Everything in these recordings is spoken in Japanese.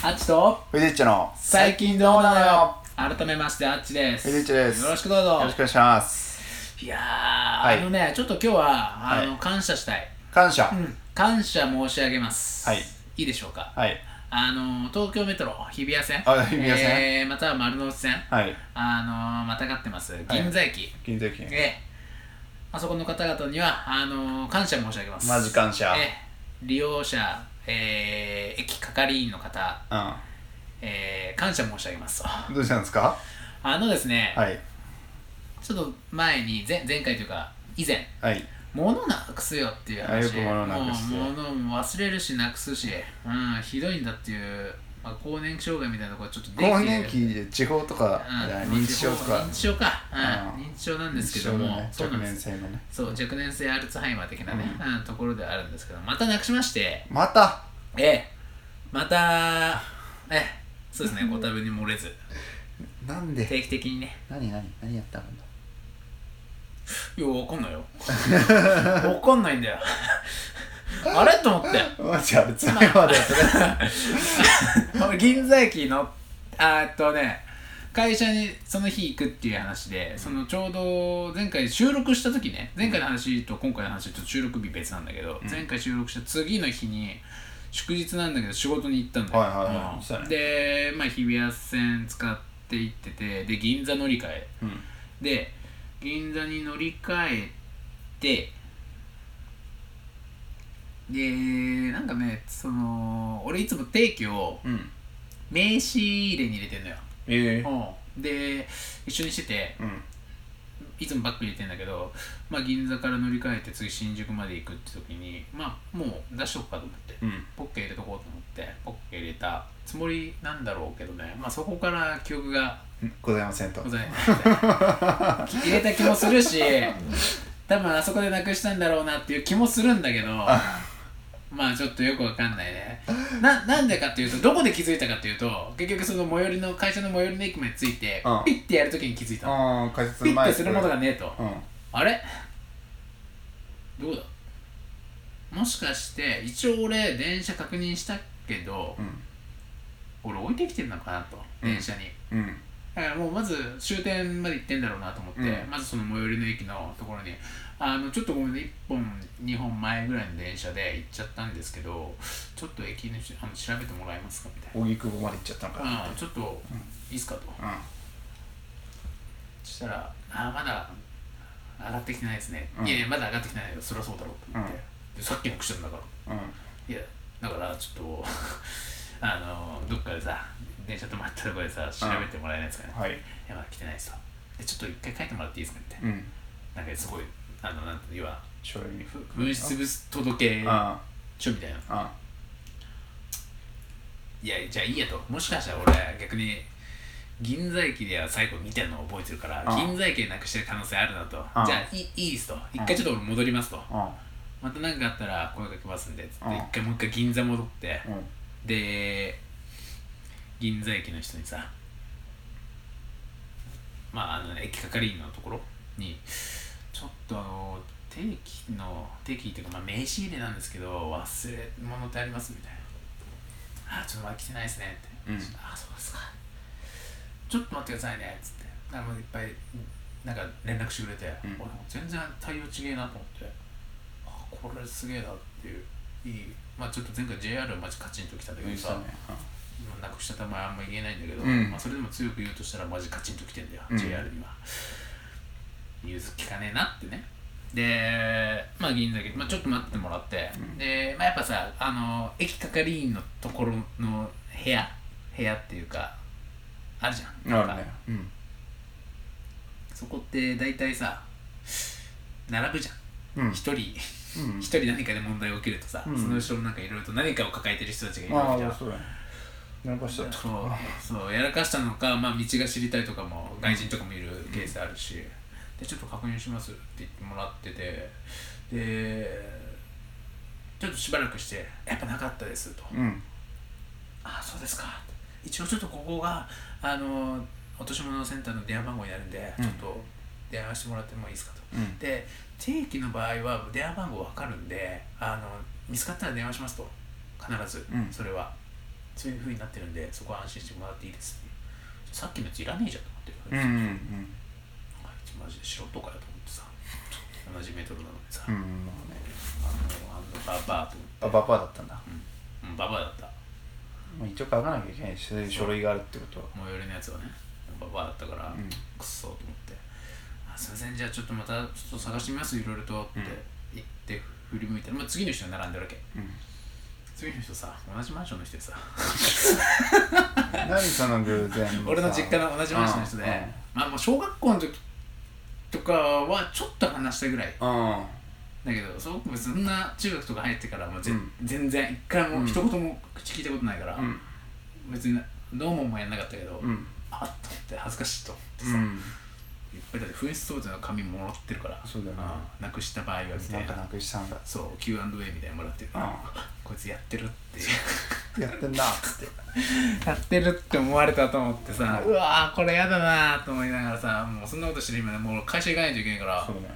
あっちとフジッチの最近どうなのよ。改めましてあっちです。 フジッチです。 よろしくどうぞ。 よろしくお願いします。 いやー、 はいちょっと今日ははい感謝したい。 感謝。 感謝申し上げます。 はい。 いいでしょうか。 はい。 東京メトロ日比谷線、 日比谷線、 または丸ノ内線、 はい。 またがってます銀座駅、 銀座駅。 あそこの方々には感謝申し上げます。 マジ感謝。 利用者、駅係員の方、感謝申し上げますと。 どうしたんですか？ ですね、 はい。 ちょっと前に前回というか以前、 はい。 物なくすよっていう話。 よく物なくす。 物も忘れるしなくすし、ひどいんだっていう、更年期障害みたいなところちょっとできて、 更年期で地方とか、認知症とか、 認知症か、認知症なんですけども、 若年性のね、 そう若年性アルツハイマー的なね、ところではあるんですけど、またなくしまして、 またまたそうですね、ご多分に漏れずなんで定期的にね。 何やったんだ。 いや、わかんないよ。わかんないんだよ。あれと思って。 マジアルツハイマーだよそれ。 銀座駅の会社にその日行くっていう話で、そのちょうど前回収録した時ね、前回の話と今回の話と収録日別なんだけど、前回収録した次の日に祝日なんだけど仕事に行ったんだよ。で、日比谷線使って行ってて、で銀座乗り換え、で銀座に乗り換えて、でなんかね、俺いつも定期を名刺入れに入れてんのよ。で一緒にしてて、いつもバッグ入れてんだけど、銀座から乗り換えて次新宿まで行くって時に、もう出しとくかと思って、ポッケ入れとこうと思ってポッケ入れたつもりなんだろうけどね、そこから記憶がございませんと。 入れた気もするし、多分あそこでなくしたんだろうなっていう気もするんだけど、ちょっとよくわかんないね。なんでかっていうと、どこで気づいたかっていうと、結局その会社の最寄りの駅まで着いて、ピッてやるときに気づいたの。ピッてするものがねえと。あれどうだ、もしかして一応俺電車確認したけど、俺置いてきてるのかなと、電車に。だからもうまず終点まで行ってんだろうなと思って、まずその最寄りの駅のところにちょっとごめんね、1本2本前ぐらいの電車で行っちゃったんですけど、ちょっと駅の調べてもらえますかみたいな。 荻窪まで行っちゃったのかな。 ちょっといいっすかと。そしたらまだ上がってきてないですね。いやまだ上がってきてないよ、そりゃそうだろうと思って、でさっきのくしたんだから、いやだからちょっとどっかでさ、電車止まったところでさ、調べてもらえないですかね。いやまだ来てないですと。でちょっと一回書いてもらっていいですかみたいな。なんかすごいなんていうか、紛失物届書みたいな。いやじゃあいいやと。もしかしたら俺逆に銀座駅では最後見てるのを覚えてるから、銀座駅でなくしてる可能性あるなと。じゃあいいですと。一回ちょっと俺戻りますと。また何かあったら声かけますんでつって、もう一回銀座戻って、で銀座駅の人にさ、駅係員のところにちょっと定期っていうか、名刺入れなんですけど忘れ物ってありますみたいな。ちょっとまだ来てないですねって。そうですか、ちょっと待ってくださいねっつって、もういっぱいなんか連絡してくれて、俺も全然対応違えなと思って、これすげえなっていう。いい、ちょっと前回 JR はマジカチンときたんだけどさ、なくしたたまあんま言えないんだけど、それでも強く言うとしたらマジカチンときてんだよ、JR には。融通聞かねえなってね。で銀座駅、ちょっと待ってもらって、でやっぱさ、駅係員のところの部屋っていうかあるじゃん。なんかそこって大体さ並ぶじゃん。一人何かで問題が起きるとさ、その後ろなんかいろいろと何かを抱えてる人たちがいるわけじゃん。やらかしたのか、道が知りたいとかも外人とかもいるケースあるし、でちょっと確認しますって言ってもらってて、でちょっとしばらくしてやっぱなかったですと。そうですか。一応ちょっとここが落とし物センターの電話番号になるんで、ちょっと電話してもらってもいいですかと。で定期の場合は電話番号分かるんで、見つかったら電話しますと、必ず、それは。 そういう風になってるんで、そこは安心してもらっていいですっていう。さっきのやついらねえじゃんと思ってる、あいつマジで素人かよと思ってさ、同じメトロなのにさ、 まあね、 ババアと思って。 ババアだったんだ。 ババアだった。 まあ一応書かなきゃいけないし、そういう書類があるってことは。 最寄りのやつはね、ババアだったから、くっそーと思って、すいません、じゃあちょっとまたちょっと探してみます、いろいろとって言って振り向いたら、次の人が並んでるわけ。次の人さ、同じマンションの人でさ何その偶然俺の実家の同じマンションの人で、まあもう小学校の時とかはちょっと話したぐらいだけど、そんな中学とか入ってからもう全然一回も一言も口聞いたことないから、別にどうもやんなかったけど、あっと思って恥ずかしいと思ってさ、いっぱいだって紛失当時の紙もらってるから、 そうだよね、 なくした場合はみたいな、 なくしたんだ、 そう Q&A みたいなのもらってる、こいつやってるってやってんだっつってやってるって思われたと思ってさ、うわーこれやだなーと思いながらさ、もうそんなことしてる今ね、もう会社行かないといけないから、 そうね、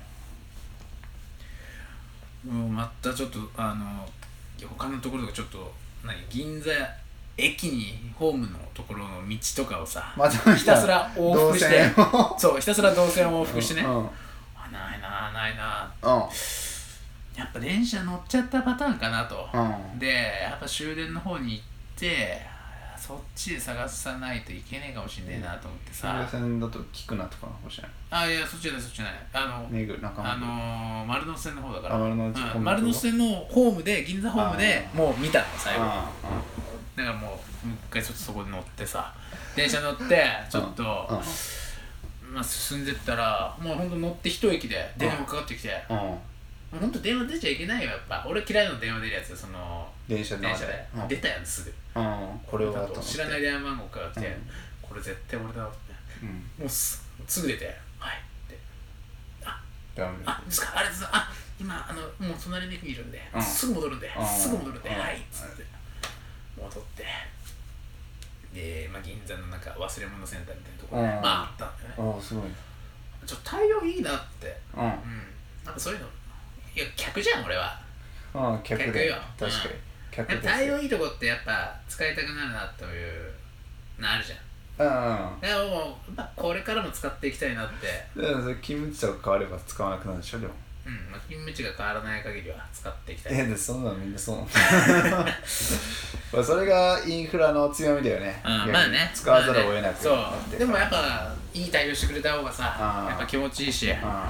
もうまたちょっと他のところとかちょっと銀座駅にホームのところの道とかをさ、ひたすら往復してそうひたすら動線を往復してね、ないなやっぱ電車乗っちゃったパターンかなと、でやっぱ終電の方に行ってそっちで探さないといけねえかもしんねえなと思ってさ、 終電だと聞くなとかかもしれない。 いやそっちじゃない丸ノ内線の方だから、丸ノ内線のホームで銀座ホームでもう見たの最後、だからもう一回ちょっとそこで乗ってさ、電車乗ってちょっと進んでったら、もうほんと乗って一駅で電話かかってきて、ほんと電話出ちゃいけないよ、やっぱ俺嫌いなの電話出るやつ、その電車で出たやつすぐこれは知らない電話番号から来て、これ絶対俺だって、もうすぐ出て、はいってですか、あれです今もう隣にいるんで、すぐ戻るんで、はいっつって戻って、で、銀座のなんか忘れ物センターみたいなところであったんだよね。 すごい、 ちょっと対応いいなって、なんかそういうの、いや客じゃん俺は、 客よ、確かに客ですよ。対応いいとこってやっぱ使いたくなるなっていうのあるじゃん。でもこれからも使っていきたいなって。 勤務地とか変われば使わなくなるでしょ、でも。 勤務地が変わらない限りは使っていきたい。 そんなのみんなそうなんだそれがインフラの強みだよね。 まあね、 使わざるを得なくて、 そうでもやっぱいい対応してくれた方がさ、やっぱ気持ちいいし、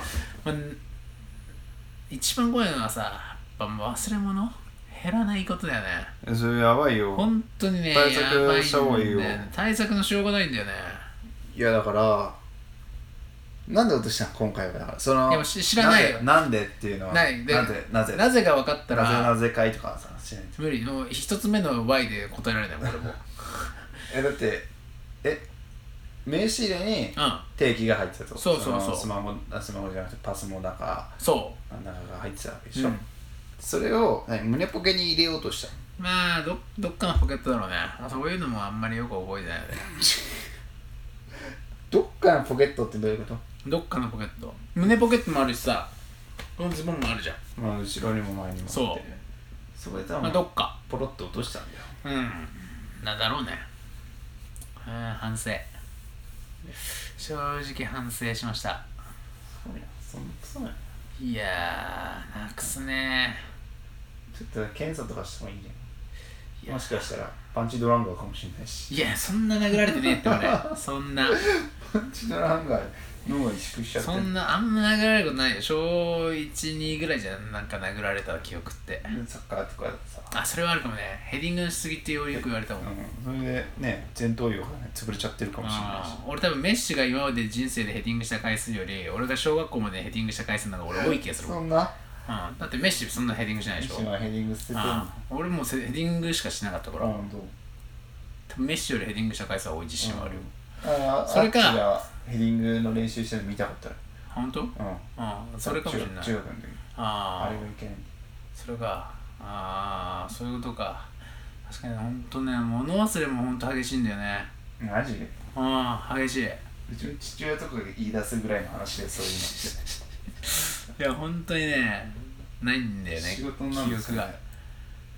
一番怖いのはさ、やっぱ忘れ物減らないことだよね。 それやばいよ、 本当にね、 対策した方がいいよ。 対策のしようがないんだよね。 いやだからなんで落としたの今回は。だからそのでも知らないよ、 なんでっていうのは、 なぜが分かったらなぜかいとかさ、知らない。 無理、もう一つ目の Y で答えられないもん俺もだって名刺入れに定期が入ってたと。 そうスマホじゃなくてパスモなんかなんだかが入ってたわけでしょ、それを胸ポケに入れようとした。 まあどっかのポケットだろうね。そういうのもあんまりよく覚えてないよねどっかのポケットってどういうこと？ どっかのポケット、胸ポケットもあるしさ、このズボンもあるじゃん。 後ろにも前にもあって、それ多分どっかポロッと落としたんだよ。 なんだろうね。反省、正直反省しました。 そうや。 いやー、なくすね。 ちょっと検査とかしてもいいじゃん。もしかしたらパンチドランガーかもしれないし。 いや、そんな殴られてねえって俺そんなパンチドランガー脳が萎縮しちゃって。 そんなあんま殴られることないよ。小1、2ぐらいじゃん、なんか殴られた記憶って。 サッカーとかさ、 それはあるかもね。ヘディングしすぎってよく言われたもん。 それでね、前頭葉がね潰れちゃってるかもしれないし。 俺多分メッシが今まで人生でヘディングした回数より俺が小学校までヘディングした回数の方が俺多い気がする。 そんな？ だってメッシそんなヘディングしないでしょ。 メッシはヘディングしてて俺もヘディングしかしなかったから、多分メッシよりヘディングした回数は多い自信はあるよ。それかヘディングの練習してるの見たかったら。 本当？それかもしれない。 中学の時。あれがいけない。 それか。そういうことか。確かに本当ね、物忘れも本当激しいんだよね。 マジで？ 激しい。 うちの父親とかが言い出すぐらいの話で、そういうのって。 いや本当にね、ないんだよね、 仕事なんです記憶が。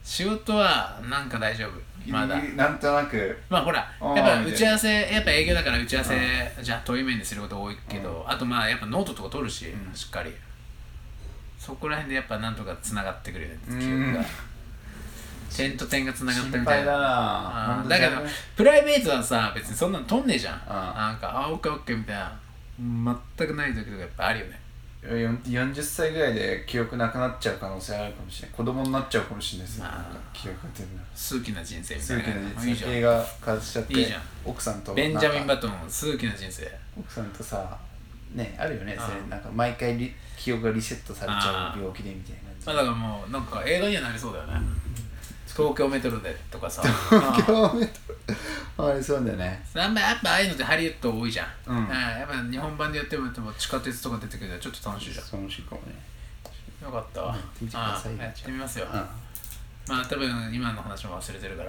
仕事はなんか大丈夫まだ。 なんとなくまあほらやっぱ打ち合わせやっぱ営業だから打ち合わせじゃあ遠い面ですること多いけど、あとまあやっぱノートとか取るし、しっかりそこら辺でやっぱなんとかつながってくるよね、記憶が。点と点がつながったみたいな。 心配だな。 だけどプライベートはさ別にそんなの取んねえじゃん。なんかオッケーオッケーみたいな全くない時とかやっぱあるよね。 40歳ぐらいで記憶なくなっちゃう可能性あるかもしれない。子供になっちゃうかもしれないですね。記憶が出るの。 数奇な人生みたいな。 数奇な人生。映画化しちゃって。 いいじゃん。 奥さんと。 ベンジャミン・バトン、数奇な人生。 奥さんとさ、ね、あるよね。それなんか毎回記憶がリセットされちゃう病気でみたいな。 まあだからもうなんか映画にはなりそうだよね。東京メトロでとかさ。 東京メトロ。あれそうだよね。 やっぱああいうのってハリウッド多いじゃん。やっぱ日本版でやっても地下鉄とか出てくるのはちょっと楽しいじゃん。 楽しいかもね。 よかったわ。やってみますよ。まあ多分今の話も忘れてるから。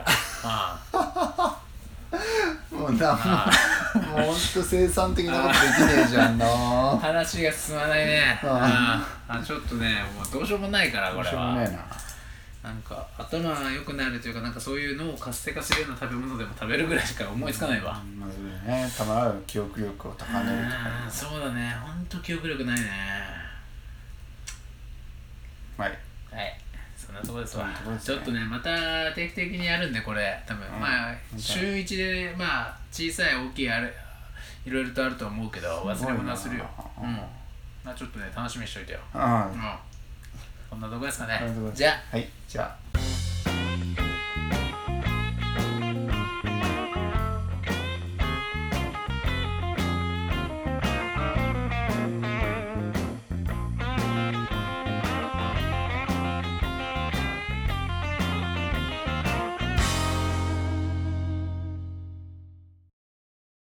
もうなんもほんと生産的なことできねえじゃんな。 話が進まないね。ちょっとねもうどうしようもないからこれは。どうしようもないな。なんか頭が良くなるというかなんかそういう脳を活性化するような食べ物でも食べるぐらいしか思いつかないわ。 まずね、たまらぬ記憶力を高めるとか。 そうだね、ほんと記憶力ないね。 はい。 はい。そんなとこですわ。ちょっとね、また定期的にやるんで、これ、多分、まあ、週1で、まあ、小さい、大きい、いろいろとあると思うけど、忘れ物はするよ。まあ、ちょっとね、楽しみにしといてよ。こんなとこですかね。じゃあ。 はい、じゃあ。